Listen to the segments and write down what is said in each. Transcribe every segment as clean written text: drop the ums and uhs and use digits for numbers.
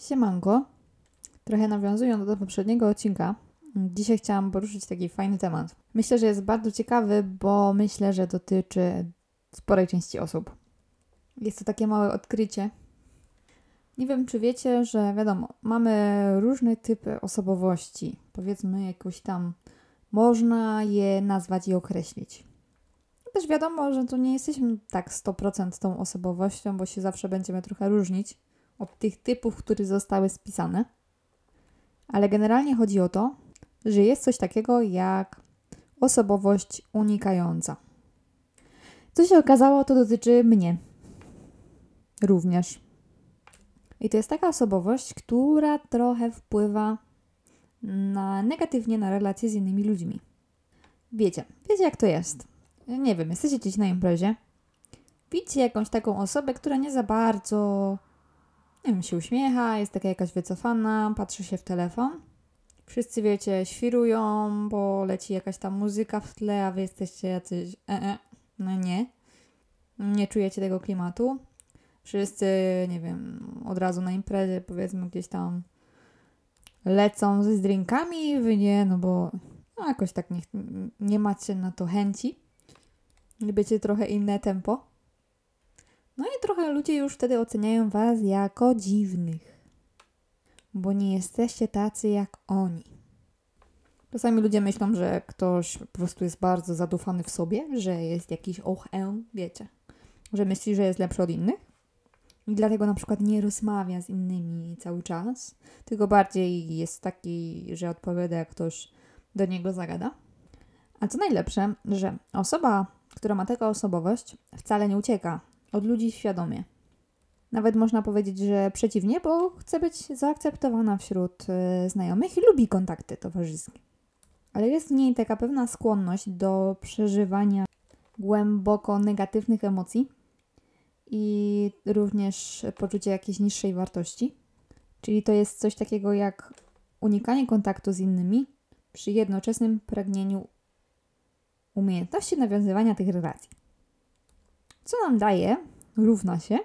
Siemanko. Trochę nawiązując do poprzedniego odcinka, dzisiaj chciałam poruszyć taki fajny temat. Myślę, że jest bardzo ciekawy, bo myślę, że dotyczy sporej części osób. Jest to takie małe odkrycie. Nie wiem, czy wiecie, że wiadomo, mamy różne typy osobowości. Powiedzmy jakoś tam można je nazwać i określić. Też wiadomo, że to nie jesteśmy tak 100% tą osobowością, bo się zawsze będziemy trochę różnić od tych typów, które zostały spisane. Ale generalnie chodzi o to, że jest coś takiego jak osobowość unikająca. Co się okazało, to dotyczy mnie również. I to jest taka osobowość, która trochę wpływa negatywnie na relacje z innymi ludźmi. Wiecie jak to jest. Nie wiem, jesteście gdzieś na imprezie, widzicie jakąś taką osobę, która nie za bardzo, nie wiem, się uśmiecha, jest taka jakaś wycofana, patrzy się w telefon. Wszyscy, wiecie, świrują, bo leci jakaś tam muzyka w tle, a wy jesteście jacyś no nie. Nie czujecie tego klimatu. Wszyscy, nie wiem, od razu na imprezie, powiedzmy, gdzieś tam lecą z drinkami, wy nie, no bo jakoś tak nie macie na to chęci. Lubicie trochę inne tempo. No i trochę ludzie już wtedy oceniają was jako dziwnych, bo nie jesteście tacy jak oni. Czasami ludzie myślą, że ktoś po prostu jest bardzo zadufany w sobie, że jest jakiś wiecie, że myśli, że jest lepszy od innych i dlatego na przykład nie rozmawia z innymi cały czas, tylko bardziej jest taki, że odpowiada, jak ktoś do niego zagada. A co najlepsze, że osoba, która ma taką osobowość, wcale nie ucieka od ludzi świadomie. Nawet można powiedzieć, że przeciwnie, bo chce być zaakceptowana wśród znajomych i lubi kontakty towarzyskie. Ale jest w niej taka pewna skłonność do przeżywania głęboko negatywnych emocji i również poczucie jakiejś niższej wartości. Czyli to jest coś takiego jak unikanie kontaktu z innymi przy jednoczesnym pragnieniu umiejętności nawiązywania tych relacji. Co nam daje, równa się,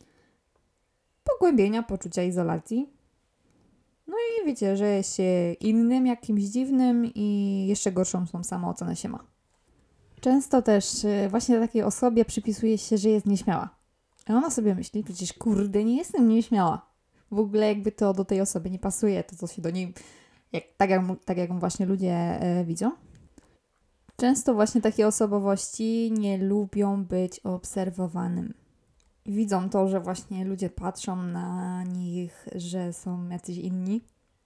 pogłębienia poczucia izolacji. No i wiecie, że jest się innym, jakimś dziwnym i jeszcze gorszą samoocenę się ma. Często też właśnie takiej osobie przypisuje się, że jest nieśmiała. A ona sobie myśli, przecież kurde, nie jestem nieśmiała. W ogóle jakby to do tej osoby nie pasuje, to co się do niej, tak jak właśnie ludzie widzą. Często właśnie takie osobowości nie lubią być obserwowanym. Widzą to, że właśnie ludzie patrzą na nich, że są jacyś inni,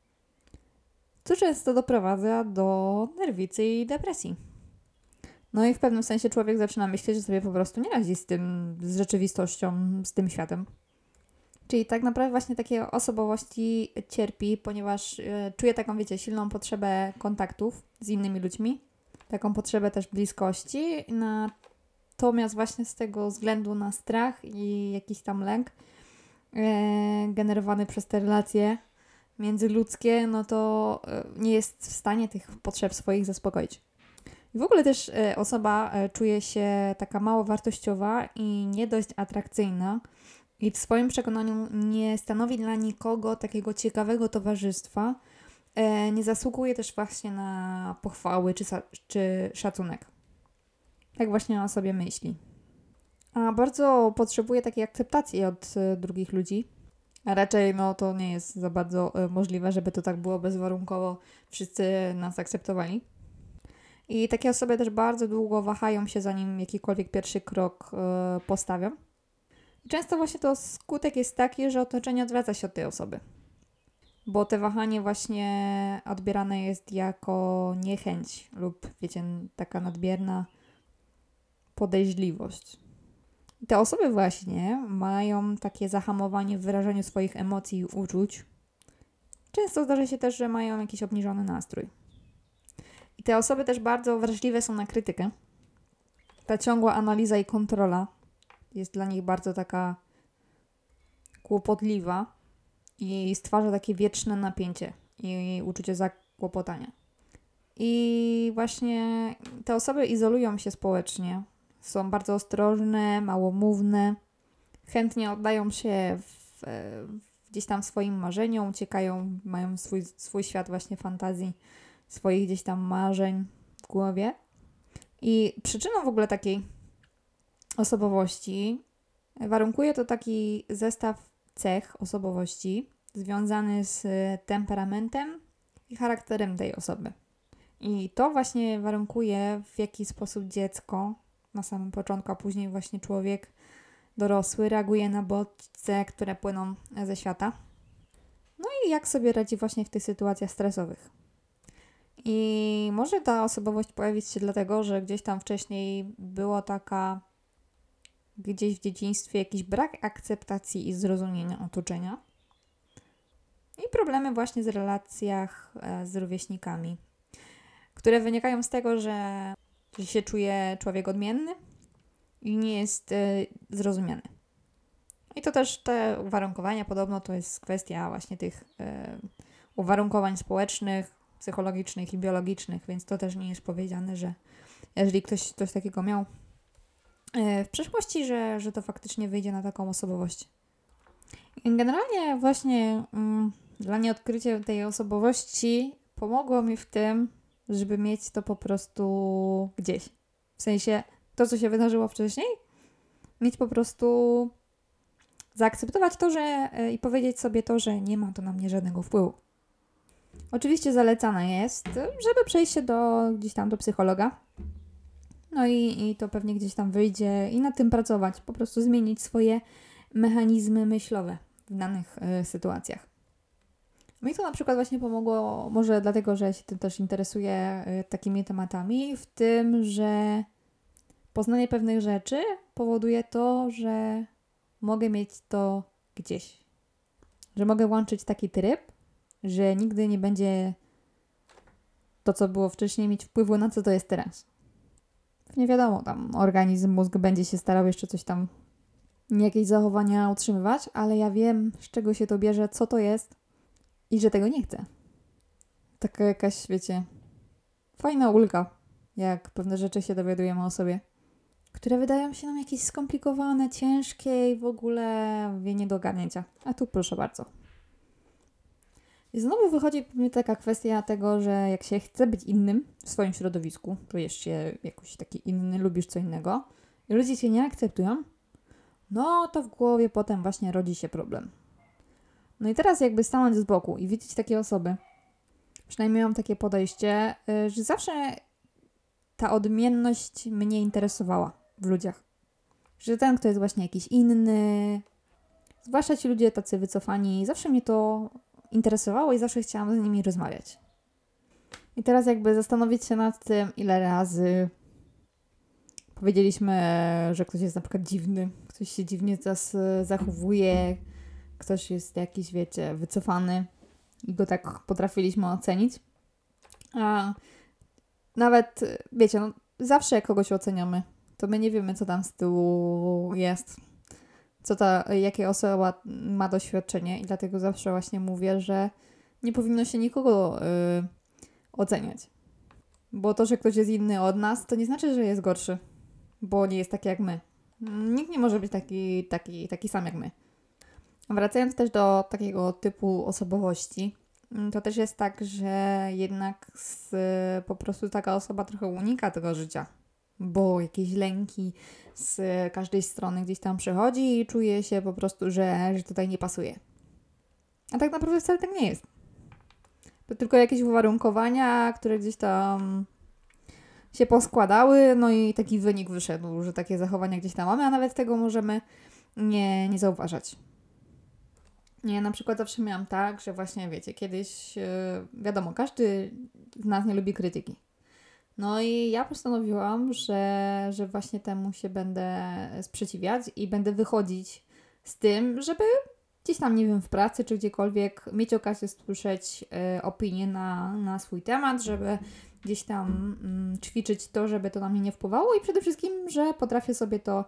co często doprowadza do nerwicy i depresji. No i w pewnym sensie człowiek zaczyna myśleć, że sobie po prostu nie radzi z rzeczywistością, z tym światem. Czyli tak naprawdę właśnie takie osobowości cierpi, ponieważ czuje taką, wiecie, silną potrzebę kontaktów z innymi ludźmi, taką potrzebę też bliskości, natomiast właśnie z tego względu na strach i jakiś tam lęk generowany przez te relacje międzyludzkie, no to nie jest w stanie tych potrzeb swoich zaspokoić. I w ogóle też osoba czuje się taka mało wartościowa i nie dość atrakcyjna i w swoim przekonaniu nie stanowi dla nikogo takiego ciekawego towarzystwa, nie zasługuje też właśnie na pochwały czy szacunek. Tak właśnie o sobie myśli. A bardzo potrzebuje takiej akceptacji od drugich ludzi. A raczej to nie jest za bardzo możliwe, żeby to tak było bezwarunkowo, wszyscy nas akceptowali. I takie osoby też bardzo długo wahają się, zanim jakikolwiek pierwszy krok postawią. I często właśnie to skutek jest taki, że otoczenie odwraca się od tej osoby. Bo te wahanie właśnie odbierane jest jako niechęć lub, wiecie, taka nadmierna podejrzliwość. I te osoby właśnie mają takie zahamowanie w wyrażaniu swoich emocji i uczuć. Często zdarza się też, że mają jakiś obniżony nastrój. I te osoby też bardzo wrażliwe są na krytykę. Ta ciągła analiza i kontrola jest dla nich bardzo taka kłopotliwa i stwarza takie wieczne napięcie i uczucie zakłopotania. I właśnie te osoby izolują się społecznie. Są bardzo ostrożne, małomówne, chętnie oddają się gdzieś tam swoim marzeniom, uciekają, mają swój świat właśnie fantazji, swoich gdzieś tam marzeń w głowie. I przyczyną w ogóle takiej osobowości warunkuje to taki zestaw cech osobowości związany z temperamentem i charakterem tej osoby. I to właśnie warunkuje, w jaki sposób dziecko na samym początku, a później właśnie człowiek dorosły reaguje na bodźce, które płyną ze świata. No i jak sobie radzi właśnie w tych sytuacjach stresowych. I może ta osobowość pojawić się dlatego, że gdzieś tam wcześniej było taka, gdzieś w dzieciństwie jakiś brak akceptacji i zrozumienia otoczenia i problemy właśnie z relacjach z rówieśnikami, które wynikają z tego, że się czuje człowiek odmienny i nie jest zrozumiany. I to też te uwarunkowania, podobno to jest kwestia właśnie tych uwarunkowań społecznych, psychologicznych i biologicznych, więc to też nie jest powiedziane, że jeżeli ktoś coś takiego miał w przeszłości, że to faktycznie wyjdzie na taką osobowość. I generalnie właśnie dla mnie odkrycie tej osobowości pomogło mi w tym, żeby mieć to po prostu gdzieś. W sensie to, co się wydarzyło wcześniej, mieć po prostu zaakceptować to, że i powiedzieć sobie to, że nie ma to na mnie żadnego wpływu. Oczywiście zalecane jest, żeby przejść się gdzieś tam do psychologa. No i to pewnie gdzieś tam wyjdzie i nad tym pracować. Po prostu zmienić swoje mechanizmy myślowe w danych sytuacjach. Mi to na przykład właśnie pomogło, może dlatego, że się tym też interesuję takimi tematami, w tym, że poznanie pewnych rzeczy powoduje to, że mogę mieć to gdzieś. Że mogę łączyć taki tryb, że nigdy nie będzie to, co było wcześniej, mieć wpływu na co to jest teraz. Nie wiadomo, tam organizm, mózg będzie się starał jeszcze coś tam, jakieś zachowania utrzymywać, ale ja wiem, z czego się to bierze, co to jest i że tego nie chcę. Taka jakaś, wiecie, fajna ulga, jak pewne rzeczy się dowiadujemy o sobie, które wydają się nam jakieś skomplikowane, ciężkie i w ogóle nie do ogarnięcia. A tu proszę bardzo. I znowu wychodzi mi taka kwestia tego, że jak się chce być innym w swoim środowisku, czujesz się jakoś taki inny, lubisz co innego i ludzie cię nie akceptują, no to w głowie potem właśnie rodzi się problem. No i teraz jakby stanąć z boku i widzieć takie osoby, przynajmniej mam takie podejście, że zawsze ta odmienność mnie interesowała w ludziach. Że ten, kto jest właśnie jakiś inny, zwłaszcza ci ludzie tacy wycofani, zawsze mnie to interesowało i zawsze chciałam z nimi rozmawiać. I teraz jakby zastanowić się nad tym, ile razy powiedzieliśmy, że ktoś jest na przykład dziwny, ktoś się dziwnie zachowuje, ktoś jest jakiś, wiecie, wycofany i go tak potrafiliśmy ocenić. A nawet, wiecie, no zawsze jak kogoś oceniamy, to my nie wiemy, co tam z tyłu jest, jakie osoba ma doświadczenie i dlatego zawsze właśnie mówię, że nie powinno się nikogo oceniać. Bo to, że ktoś jest inny od nas, to nie znaczy, że jest gorszy, bo nie jest taki jak my. Nikt nie może być taki sam jak my. Wracając też do takiego typu osobowości, to też jest tak, że jednak po prostu taka osoba trochę unika tego życia, bo jakieś lęki z każdej strony gdzieś tam przychodzi i czuje się po prostu, że tutaj nie pasuje. A tak naprawdę wcale tak nie jest. To tylko jakieś uwarunkowania, które gdzieś tam się poskładały, no i taki wynik wyszedł, że takie zachowania gdzieś tam mamy, a nawet tego możemy nie zauważać. Ja na przykład zawsze miałam tak, że właśnie wiecie, kiedyś, wiadomo, każdy z nas nie lubi krytyki. No i ja postanowiłam, że właśnie temu się będę sprzeciwiać i będę wychodzić z tym, żeby gdzieś tam, nie wiem, w pracy czy gdziekolwiek mieć okazję słyszeć opinie na swój temat, żeby gdzieś tam ćwiczyć to, żeby to na mnie nie wpływało i przede wszystkim, że potrafię sobie to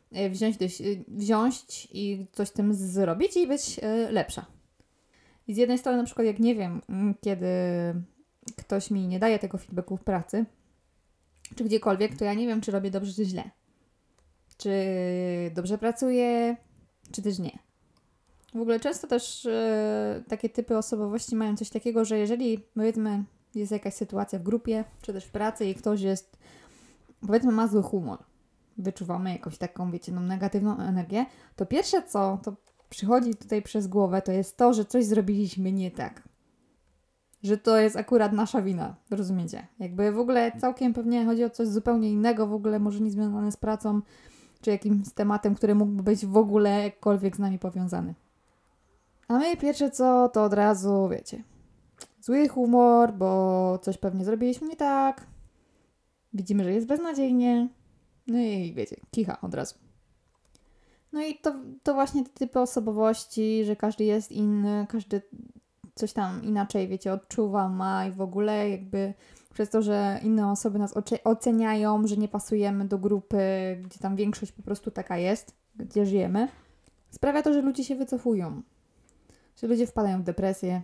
wziąć i coś z tym zrobić i być lepsza. I z jednej strony na przykład jak nie wiem, kiedy ktoś mi nie daje tego feedbacku w pracy, czy gdziekolwiek, to ja nie wiem, czy robię dobrze, czy źle. Czy dobrze pracuję, czy też nie. W ogóle często też takie typy osobowości mają coś takiego, że jeżeli powiedzmy jest jakaś sytuacja w grupie, czy też w pracy i ktoś jest, powiedzmy ma zły humor, wyczuwamy jakąś taką, wiecie, no, negatywną energię, to pierwsze co to przychodzi tutaj przez głowę, to jest to, że coś zrobiliśmy nie tak. Że to jest akurat nasza wina, rozumiecie? Jakby w ogóle całkiem pewnie chodzi o coś zupełnie innego, w ogóle może nie związane z pracą, czy jakimś tematem, który mógłby być w ogóle jakkolwiek z nami powiązany. A my pierwsze co, to od razu, wiecie, zły humor, bo coś pewnie zrobiliśmy nie tak, widzimy, że jest beznadziejnie, no i wiecie, kicha od razu. No i to właśnie te typy osobowości, że każdy jest inny, każdy coś tam inaczej, wiecie, odczuwa, ma i w ogóle jakby przez to, że inne osoby nas oceniają, że nie pasujemy do grupy, gdzie tam większość po prostu taka jest, gdzie żyjemy, sprawia to, że ludzie się wycofują, że ludzie wpadają w depresję.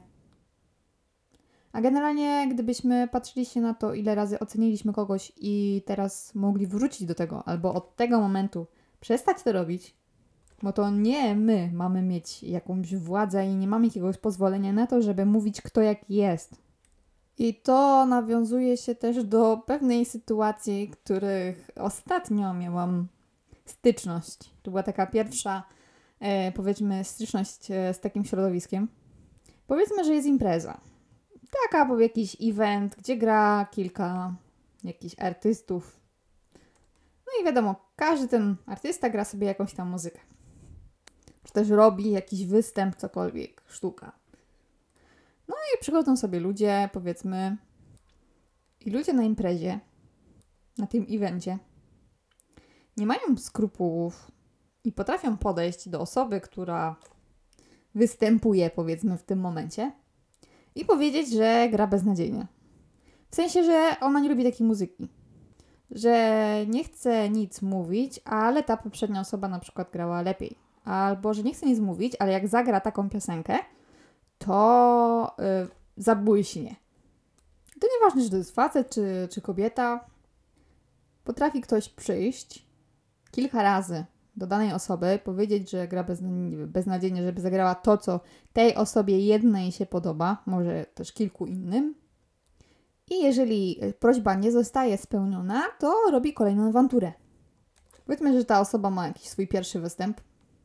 A generalnie, gdybyśmy patrzyli się na to, ile razy oceniliśmy kogoś i teraz mogli wrócić do tego, albo od tego momentu przestać to robić, bo to nie my mamy mieć jakąś władzę i nie mamy jakiegoś pozwolenia na to, żeby mówić kto jak jest. I to nawiązuje się też do pewnej sytuacji, których ostatnio miałam styczność. To była taka pierwsza, powiedzmy, styczność z takim środowiskiem. Powiedzmy, że jest impreza. Taka, jakiś event, gdzie gra kilka jakichś artystów. No i wiadomo, każdy ten artysta gra sobie jakąś tam muzykę. Czy też robi jakiś występ, cokolwiek, sztuka. No i przychodzą sobie ludzie, powiedzmy, i ludzie na imprezie, na tym evencie, nie mają skrupułów i potrafią podejść do osoby, która występuje, powiedzmy, w tym momencie i powiedzieć, że gra beznadziejnie. W sensie, że ona nie lubi takiej muzyki. Że nie chce nic mówić, ale ta poprzednia osoba na przykład grała lepiej. Albo, że nie chce nic mówić, ale jak zagra taką piosenkę, to zabłyśnie. To nieważne, czy to jest facet, czy kobieta. Potrafi ktoś przyjść kilka razy do danej osoby, powiedzieć, że gra beznadziejnie, żeby zagrała to, co tej osobie jednej się podoba, może też kilku innym. I jeżeli prośba nie zostaje spełniona, to robi kolejną awanturę. Powiedzmy, że ta osoba ma jakiś swój pierwszy występ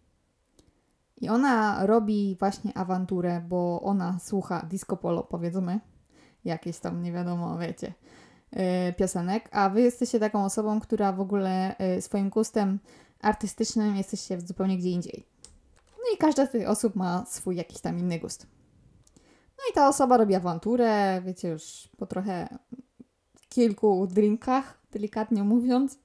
i ona robi właśnie awanturę, bo ona słucha disco polo, powiedzmy, jakieś tam, nie wiadomo, wiecie, piosenek, a wy jesteście taką osobą, która w ogóle swoim gustem artystycznym jesteście zupełnie gdzie indziej. No i każda z tych osób ma swój jakiś tam inny gust. No i ta osoba robi awanturę, wiecie, już po trochę kilku drinkach, delikatnie mówiąc,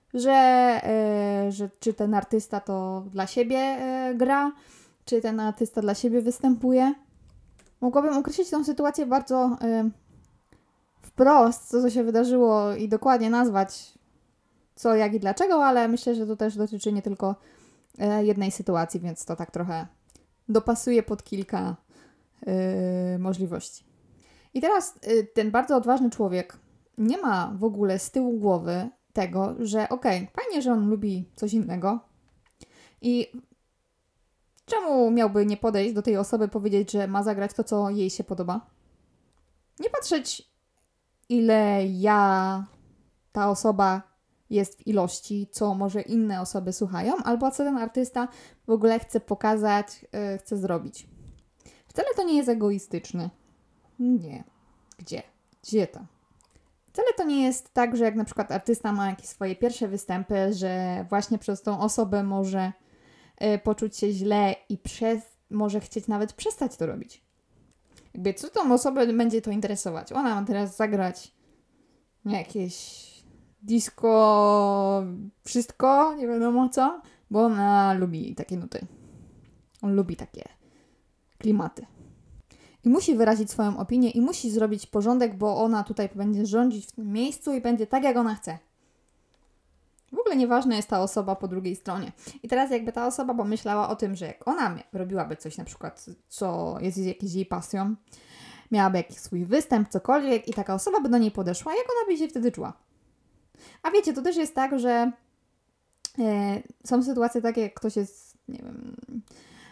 że czy ten artysta to dla siebie gra, czy ten artysta dla siebie występuje. Mogłabym określić tę sytuację bardzo wprost, co się wydarzyło i dokładnie nazwać co, jak i dlaczego, ale myślę, że to też dotyczy nie tylko jednej sytuacji, więc to tak trochę dopasuje pod kilka możliwości. I teraz ten bardzo odważny człowiek nie ma w ogóle z tyłu głowy tego, że fajnie, że on lubi coś innego i czemu miałby nie podejść do tej osoby, powiedzieć, że ma zagrać to, co jej się podoba? Nie patrzeć, ile ta osoba jest w ilości, co może inne osoby słuchają, albo co ten artysta w ogóle chce pokazać, chce zrobić. Wcale to nie jest egoistyczne. Nie. Gdzie to? Wcale to nie jest tak, że jak na przykład artysta ma jakieś swoje pierwsze występy, że właśnie przez tą osobę może poczuć się źle i może chcieć nawet przestać to robić. Jakby co tą osobę będzie to interesować? Ona ma teraz zagrać jakieś disco, wszystko, nie wiadomo co, bo ona lubi takie nuty. On lubi takie klimaty. I musi wyrazić swoją opinię i musi zrobić porządek, bo ona tutaj będzie rządzić w tym miejscu i będzie tak, jak ona chce. W ogóle nieważna jest ta osoba po drugiej stronie. I teraz jakby ta osoba pomyślała o tym, że jak ona robiłaby coś na przykład, co jest jakąś jej pasją, miałaby jakiś swój występ, cokolwiek i taka osoba by do niej podeszła, jak ona by się wtedy czuła? A wiecie, to też jest tak, że są sytuacje takie, jak ktoś jest, nie wiem,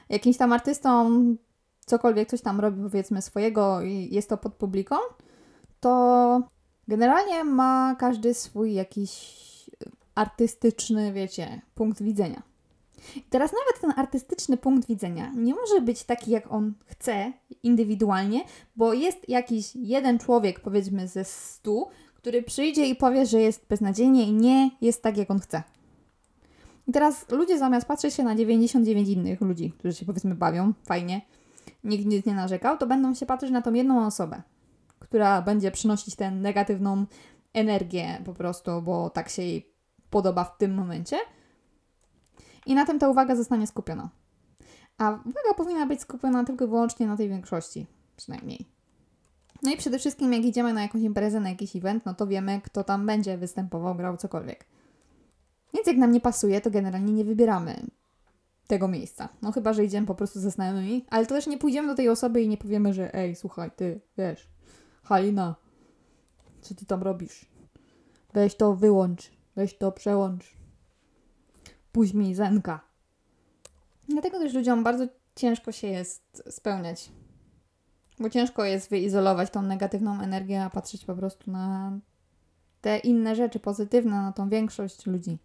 jakimś tam artystą cokolwiek coś tam robi, powiedzmy, swojego i jest to pod publiką, to generalnie ma każdy swój jakiś artystyczny, wiecie, punkt widzenia. I teraz nawet ten artystyczny punkt widzenia nie może być taki, jak on chce indywidualnie, bo jest jakiś jeden człowiek, powiedzmy ze 100, który przyjdzie i powie, że jest beznadziejnie i nie jest tak, jak on chce. I teraz ludzie zamiast patrzeć się na 99 innych ludzi, którzy się powiedzmy bawią, fajnie, nikt nic nie narzekał, to będą się patrzeć na tą jedną osobę, która będzie przynosić tę negatywną energię po prostu, bo tak się jej podoba w tym momencie. I na tym ta uwaga zostanie skupiona. A uwaga powinna być skupiona tylko i wyłącznie na tej większości, przynajmniej. No i przede wszystkim jak idziemy na jakąś imprezę, na jakiś event, no to wiemy, kto tam będzie występował, grał cokolwiek. Więc jak nam nie pasuje, to generalnie nie wybieramy tego miejsca. No chyba, że idziemy po prostu ze znajomymi, ale to też nie pójdziemy do tej osoby i nie powiemy, że ej, słuchaj, ty, wiesz, Halina, co ty tam robisz? Weź to wyłącz, weź to przełącz. Puść mi Zenka. Dlatego też ludziom bardzo ciężko się jest spełniać. Bo ciężko jest wyizolować tą negatywną energię, a patrzeć po prostu na te inne rzeczy pozytywne, na tą większość ludzi.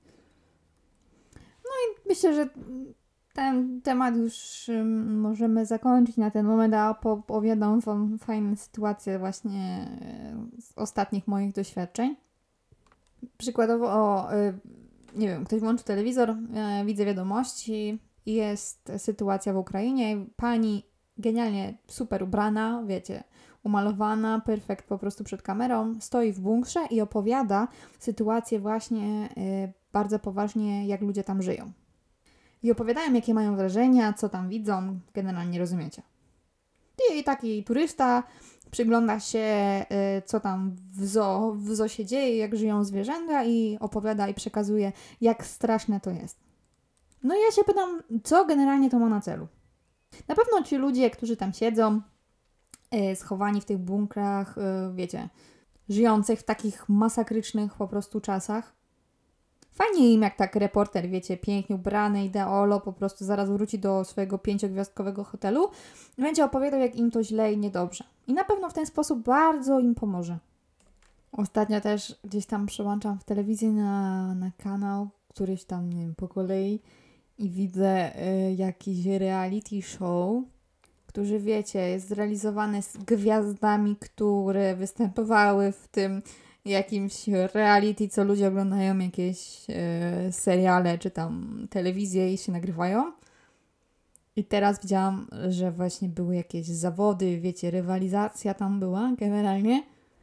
No i myślę, że ten temat już możemy zakończyć na ten moment, a opowiadam wam fajne sytuacje właśnie z ostatnich moich doświadczeń. Przykładowo, nie wiem, ktoś włączy telewizor, widzę wiadomości i jest sytuacja w Ukrainie. Pani genialnie super ubrana, wiecie, umalowana, perfekt po prostu przed kamerą, stoi w bunkrze i opowiada sytuację właśnie bardzo poważnie, jak ludzie tam żyją. I opowiadają, jakie mają wrażenia, co tam widzą, generalnie rozumiecie. I taki turysta przygląda się, co tam w zoo się dzieje, jak żyją zwierzęta i opowiada i przekazuje, jak straszne to jest. No i ja się pytam, co generalnie to ma na celu? Na pewno ci ludzie, którzy tam siedzą, schowani w tych bunkrach, wiecie, żyjących w takich masakrycznych po prostu czasach. Fajnie im, jak tak reporter, wiecie, pięknie ubrany, ideolo, po prostu zaraz wróci do swojego 5-gwiazdkowego hotelu i będzie opowiadał, jak im to źle i niedobrze. I na pewno w ten sposób bardzo im pomoże. Ostatnio też gdzieś tam przełączam w telewizji na kanał, któryś tam, nie wiem, po kolei i widzę jakiś reality show, który, wiecie, jest zrealizowany z gwiazdami, które występowały w tym jakimś reality, co ludzie oglądają jakieś seriale czy tam telewizję i się nagrywają. I teraz widziałam, że właśnie były jakieś zawody, wiecie, rywalizacja tam była generalnie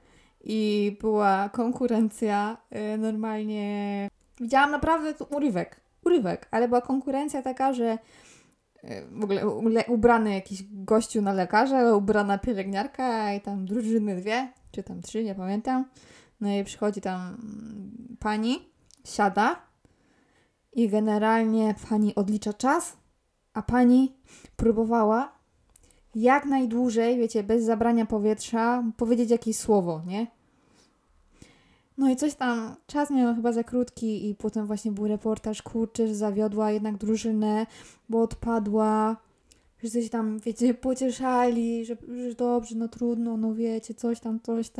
i była konkurencja normalnie. Widziałam naprawdę tu urywek, ale była konkurencja taka, że w ogóle ubrany jakiś gościu na lekarza, ubrana pielęgniarka i tam drużyny 2, czy tam 3, nie pamiętam. No i przychodzi tam pani, siada i generalnie pani odlicza czas, a pani próbowała jak najdłużej, wiecie, bez zabrania powietrza, powiedzieć jakieś słowo, nie? No i coś tam, czas miał chyba za krótki i potem właśnie był reportaż, kurczę, że zawiodła jednak drużynę, bo odpadła, że coś tam, wiecie, pocieszali, że dobrze, no trudno, no wiecie, coś tam.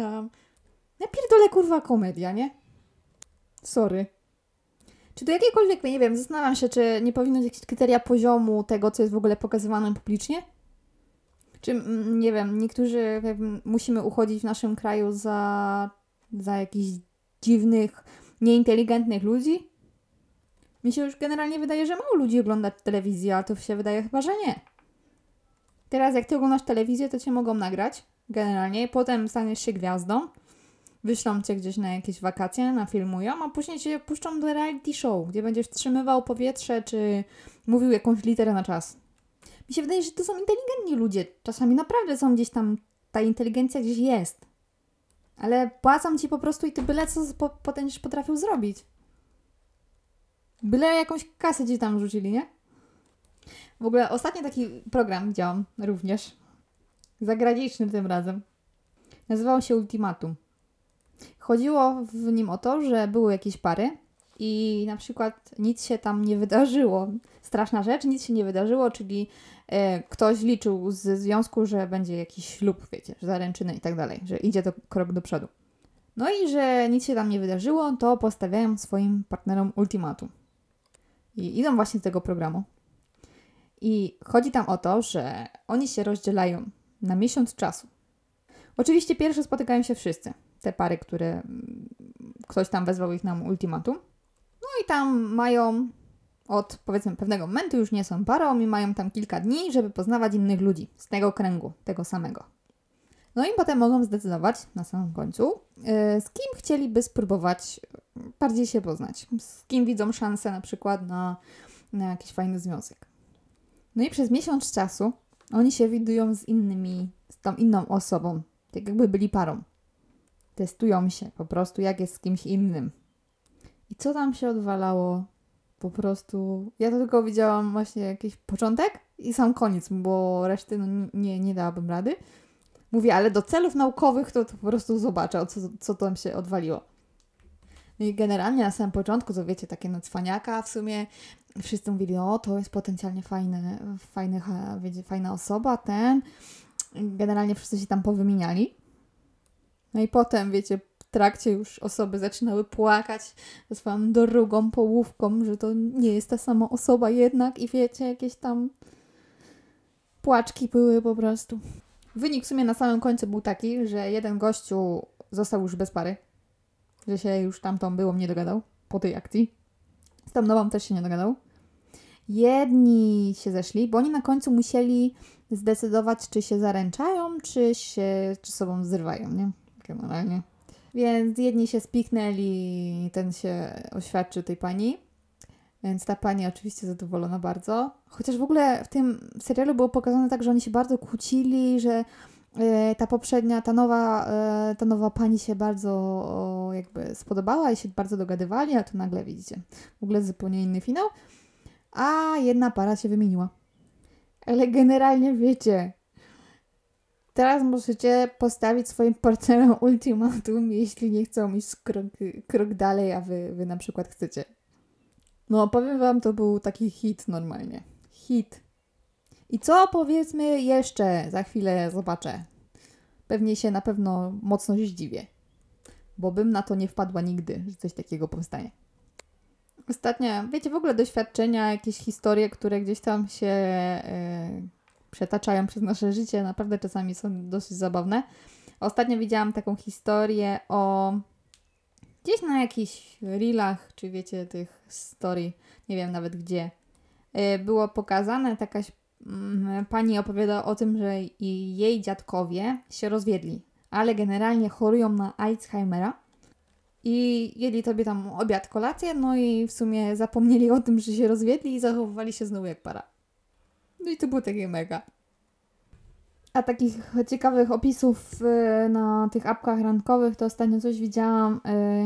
Ja pierdolę, kurwa, komedia, nie? Sorry. Czy to jakiekolwiek, nie wiem, zastanawiam się, czy nie powinno być jakieś kryteria poziomu tego, co jest w ogóle pokazywane publicznie? Czy, nie wiem, niektórzy musimy uchodzić w naszym kraju za jakichś dziwnych, nieinteligentnych ludzi? Mi się już generalnie wydaje, że mało ludzi ogląda telewizję, ale to się wydaje chyba, że nie. Teraz jak ty oglądasz telewizję, to cię mogą nagrać, generalnie, potem staniesz się gwiazdą, wyślą cię gdzieś na jakieś wakacje, nafilmują, a później cię puszczą do reality show, gdzie będziesz wstrzymywał powietrze, czy mówił jakąś literę na czas. Mi się wydaje, że to są inteligentni ludzie. Czasami naprawdę są gdzieś tam, ta inteligencja gdzieś jest. Ale płacą ci po prostu i ty byle co potem potrafił zrobić. Byle jakąś kasę ci tam rzucili, nie? W ogóle ostatni taki program widziałam również. Zagraniczny tym razem. Nazywał się Ultimatum. Chodziło w nim o to, że były jakieś pary i na przykład nic się tam nie wydarzyło. Straszna rzecz, nic się nie wydarzyło, czyli ktoś liczył ze związku, że będzie jakiś ślub, wiecie, zaręczyny i tak dalej, że idzie to krok do przodu. No i że nic się tam nie wydarzyło, to postawiają swoim partnerom ultimatum. I idą właśnie do tego programu. I chodzi tam o to, że oni się rozdzielają na miesiąc czasu. Oczywiście pierwsze spotykają się wszyscy. Te pary, które ktoś tam wezwał ich na ultimatum. No i tam mają od powiedzmy pewnego momentu już nie są parą i mają tam kilka dni, żeby poznawać innych ludzi z tego kręgu, tego samego. No i potem mogą zdecydować na samym końcu, z kim chcieliby spróbować bardziej się poznać. Z kim widzą szansę na przykład na jakiś fajny związek. No i przez miesiąc czasu oni się widują z tą inną osobą. Tak jakby byli parą. Testują się po prostu, jak jest z kimś innym. I co tam się odwalało? Po prostu... Ja to tylko widziałam właśnie jakiś początek i sam koniec, bo reszty nie dałabym rady. Mówię, ale do celów naukowych to po prostu zobaczę, co tam się odwaliło. No i generalnie na samym początku, to wiecie, takie na cwaniaka w sumie wszyscy mówili, o to jest potencjalnie fajna osoba, Generalnie wszyscy się tam powymieniali. No i potem, wiecie, w trakcie już osoby zaczynały płakać ze swoją drugą połówką, że to nie jest ta sama osoba jednak i wiecie, jakieś tam płaczki były po prostu. Wynik w sumie na samym końcu był taki, że jeden gościu został już bez pary, że się już tamtą byłą nie dogadał po tej akcji. Z tą nową też się nie dogadał. Jedni się zeszli, bo oni na końcu musieli zdecydować, czy się zaręczają, czy sobą zrywają, nie? Generalnie. Więc jedni się spiknęli, ten się oświadczył tej pani. Więc ta pani oczywiście zadowolona bardzo. Chociaż w ogóle w tym serialu było pokazane tak, że oni się bardzo kłócili, że ta poprzednia, ta nowa pani się bardzo jakby spodobała i się bardzo dogadywali, a tu nagle widzicie, w ogóle zupełnie inny finał. A jedna para się wymieniła. Ale generalnie wiecie, teraz możecie postawić swoim partnerom ultimatum, jeśli nie chcą iść krok dalej, a wy na przykład chcecie. No, powiem wam, to był taki hit normalnie. Hit. I co powiedzmy jeszcze? Za chwilę zobaczę. Pewnie się na pewno mocno zdziwię. Bo bym na to nie wpadła nigdy, że coś takiego powstanie. Ostatnio, wiecie, w ogóle doświadczenia, jakieś historie, które gdzieś tam się przetaczają przez nasze życie, naprawdę czasami są dosyć zabawne. Ostatnio widziałam taką historię gdzieś na jakichś reelach, czy wiecie, tych story, nie wiem nawet gdzie, było pokazane, pani opowiada o tym, że jej dziadkowie się rozwiedli, ale generalnie chorują na Alzheimera i jedli sobie tam obiad, kolację, no i w sumie zapomnieli o tym, że się rozwiedli i zachowywali się znowu jak para. No i to było takie mega. A takich ciekawych opisów na tych apkach randkowych to ostatnio coś widziałam.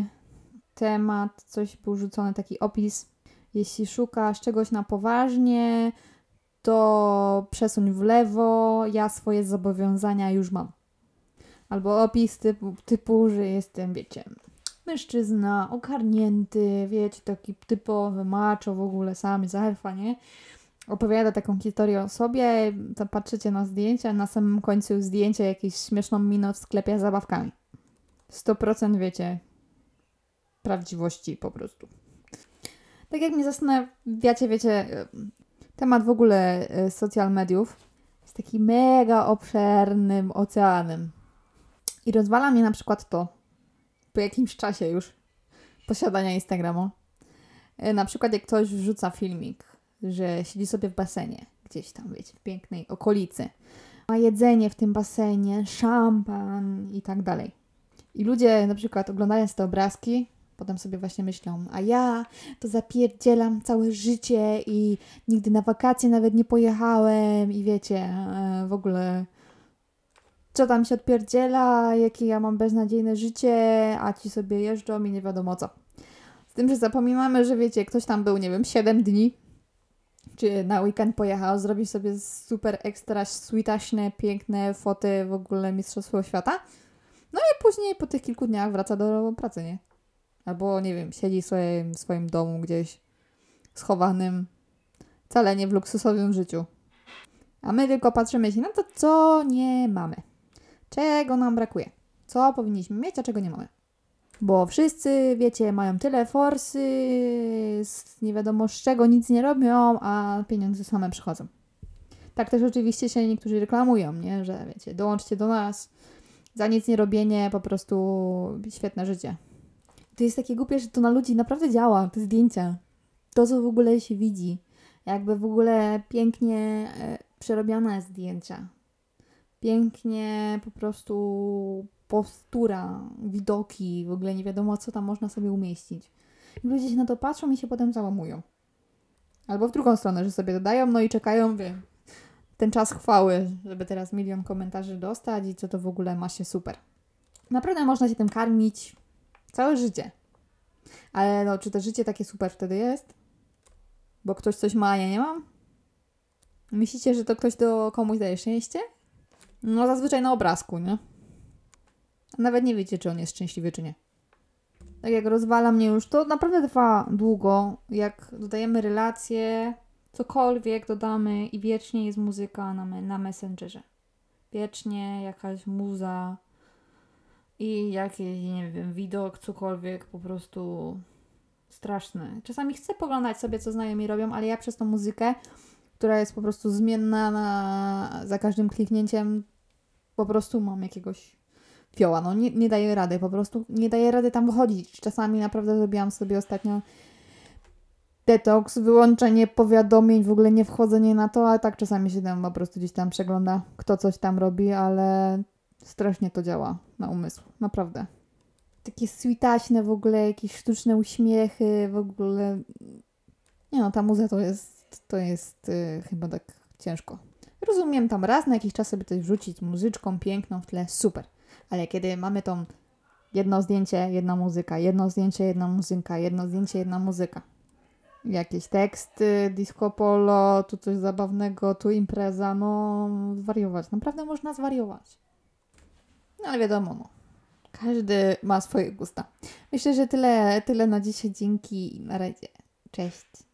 Coś był rzucony taki opis. Jeśli szukasz czegoś na poważnie, to przesuń w lewo, ja swoje zobowiązania już mam. Albo opis typu, że jestem, wiecie, mężczyzna, ogarnięty, wiecie, taki typowy macho w ogóle, sam z alfa, nie? Opowiada taką historię o sobie, to patrzycie na zdjęcia, na samym końcu zdjęcia jakąś śmieszną minę w sklepie z zabawkami. 100% wiecie, prawdziwości po prostu. Tak jak mnie zastanawiacie, wiecie, temat w ogóle social mediów jest taki mega obszernym oceanem. I rozwala mnie na przykład to, po jakimś czasie już posiadania Instagramu. Na przykład jak ktoś wrzuca filmik, że siedzi sobie w basenie, gdzieś tam, wiecie, w pięknej okolicy. Ma jedzenie w tym basenie, szampan i tak dalej. I ludzie na przykład oglądając te obrazki, potem sobie właśnie myślą, a ja to zapierdzielam całe życie i nigdy na wakacje nawet nie pojechałem i wiecie, w ogóle co tam się odpierdziela, jakie ja mam beznadziejne życie, a ci sobie jeżdżą i nie wiadomo co. Z tym, że zapominamy, że wiecie, ktoś tam był, nie wiem, 7 dni, czy na weekend pojechał, zrobił sobie super ekstra sweetaśne, piękne foty, w ogóle mistrzostwo świata. No i później po tych kilku dniach wraca do pracy, nie? Albo, nie wiem, siedzi sobie w swoim domu gdzieś schowanym, wcale nie w luksusowym życiu. A my tylko patrzymy się na to, co nie mamy. Czego nam brakuje. Co powinniśmy mieć, a czego nie mamy. Bo wszyscy, wiecie, mają tyle forsy, nie wiadomo z czego, nic nie robią, a pieniądze same przychodzą. Tak też oczywiście się niektórzy reklamują, nie? Że wiecie, dołączcie do nas, za nic nie robienie, po prostu świetne życie. To jest takie głupie, że to na ludzi naprawdę działa, te zdjęcia. To, co w ogóle się widzi. Jakby w ogóle pięknie przerobione zdjęcia. Pięknie po prostu postura, widoki, w ogóle nie wiadomo, co tam można sobie umieścić. I ludzie się na to patrzą i się potem załamują. Albo w drugą stronę, że sobie dodają, no i czekają ten czas chwały, żeby teraz 1 000 000 komentarzy dostać i co to w ogóle ma się super. Naprawdę można się tym karmić całe życie. Ale no, czy to życie takie super wtedy jest? Bo ktoś coś ma, a ja nie mam? Myślicie, że to ktoś komuś daje szczęście? No zazwyczaj na obrazku, nie? A nawet nie wiecie, czy on jest szczęśliwy, czy nie. Tak jak rozwala mnie już, to naprawdę trwa długo. Jak dodajemy relacje, cokolwiek dodamy i wiecznie jest muzyka na Messengerze. Wiecznie jakaś muza i jakiś, nie wiem, widok, cokolwiek, po prostu straszne. Czasami chcę poglądać sobie, co znajomi robią, ale ja przez tą muzykę, która jest po prostu zmienna za każdym kliknięciem, po prostu mam jakiegoś fioła. No nie daję rady, po prostu nie daję rady tam wychodzić. Czasami naprawdę zrobiłam sobie ostatnio detoks, wyłączenie powiadomień, w ogóle nie wchodzenie na to, ale tak czasami się tam po prostu gdzieś tam przegląda, kto coś tam robi, ale strasznie to działa na umysł, naprawdę. Takie switaśne w ogóle, jakieś sztuczne uśmiechy, w ogóle. Nie no, ta muza to jest chyba tak ciężko. Rozumiem, tam raz na jakiś czas sobie coś wrzucić, muzyczką piękną w tle, super. Ale kiedy mamy tą jedno zdjęcie, jedna muzyka, jedno zdjęcie, jedna muzyka, jedno zdjęcie, jedna muzyka. Jakieś teksty, disco polo, tu coś zabawnego, tu impreza, no zwariować. Naprawdę można zwariować. No ale wiadomo, no. Każdy ma swoje gusta. Myślę, że tyle na dzisiaj. Dzięki. Na razie. Cześć.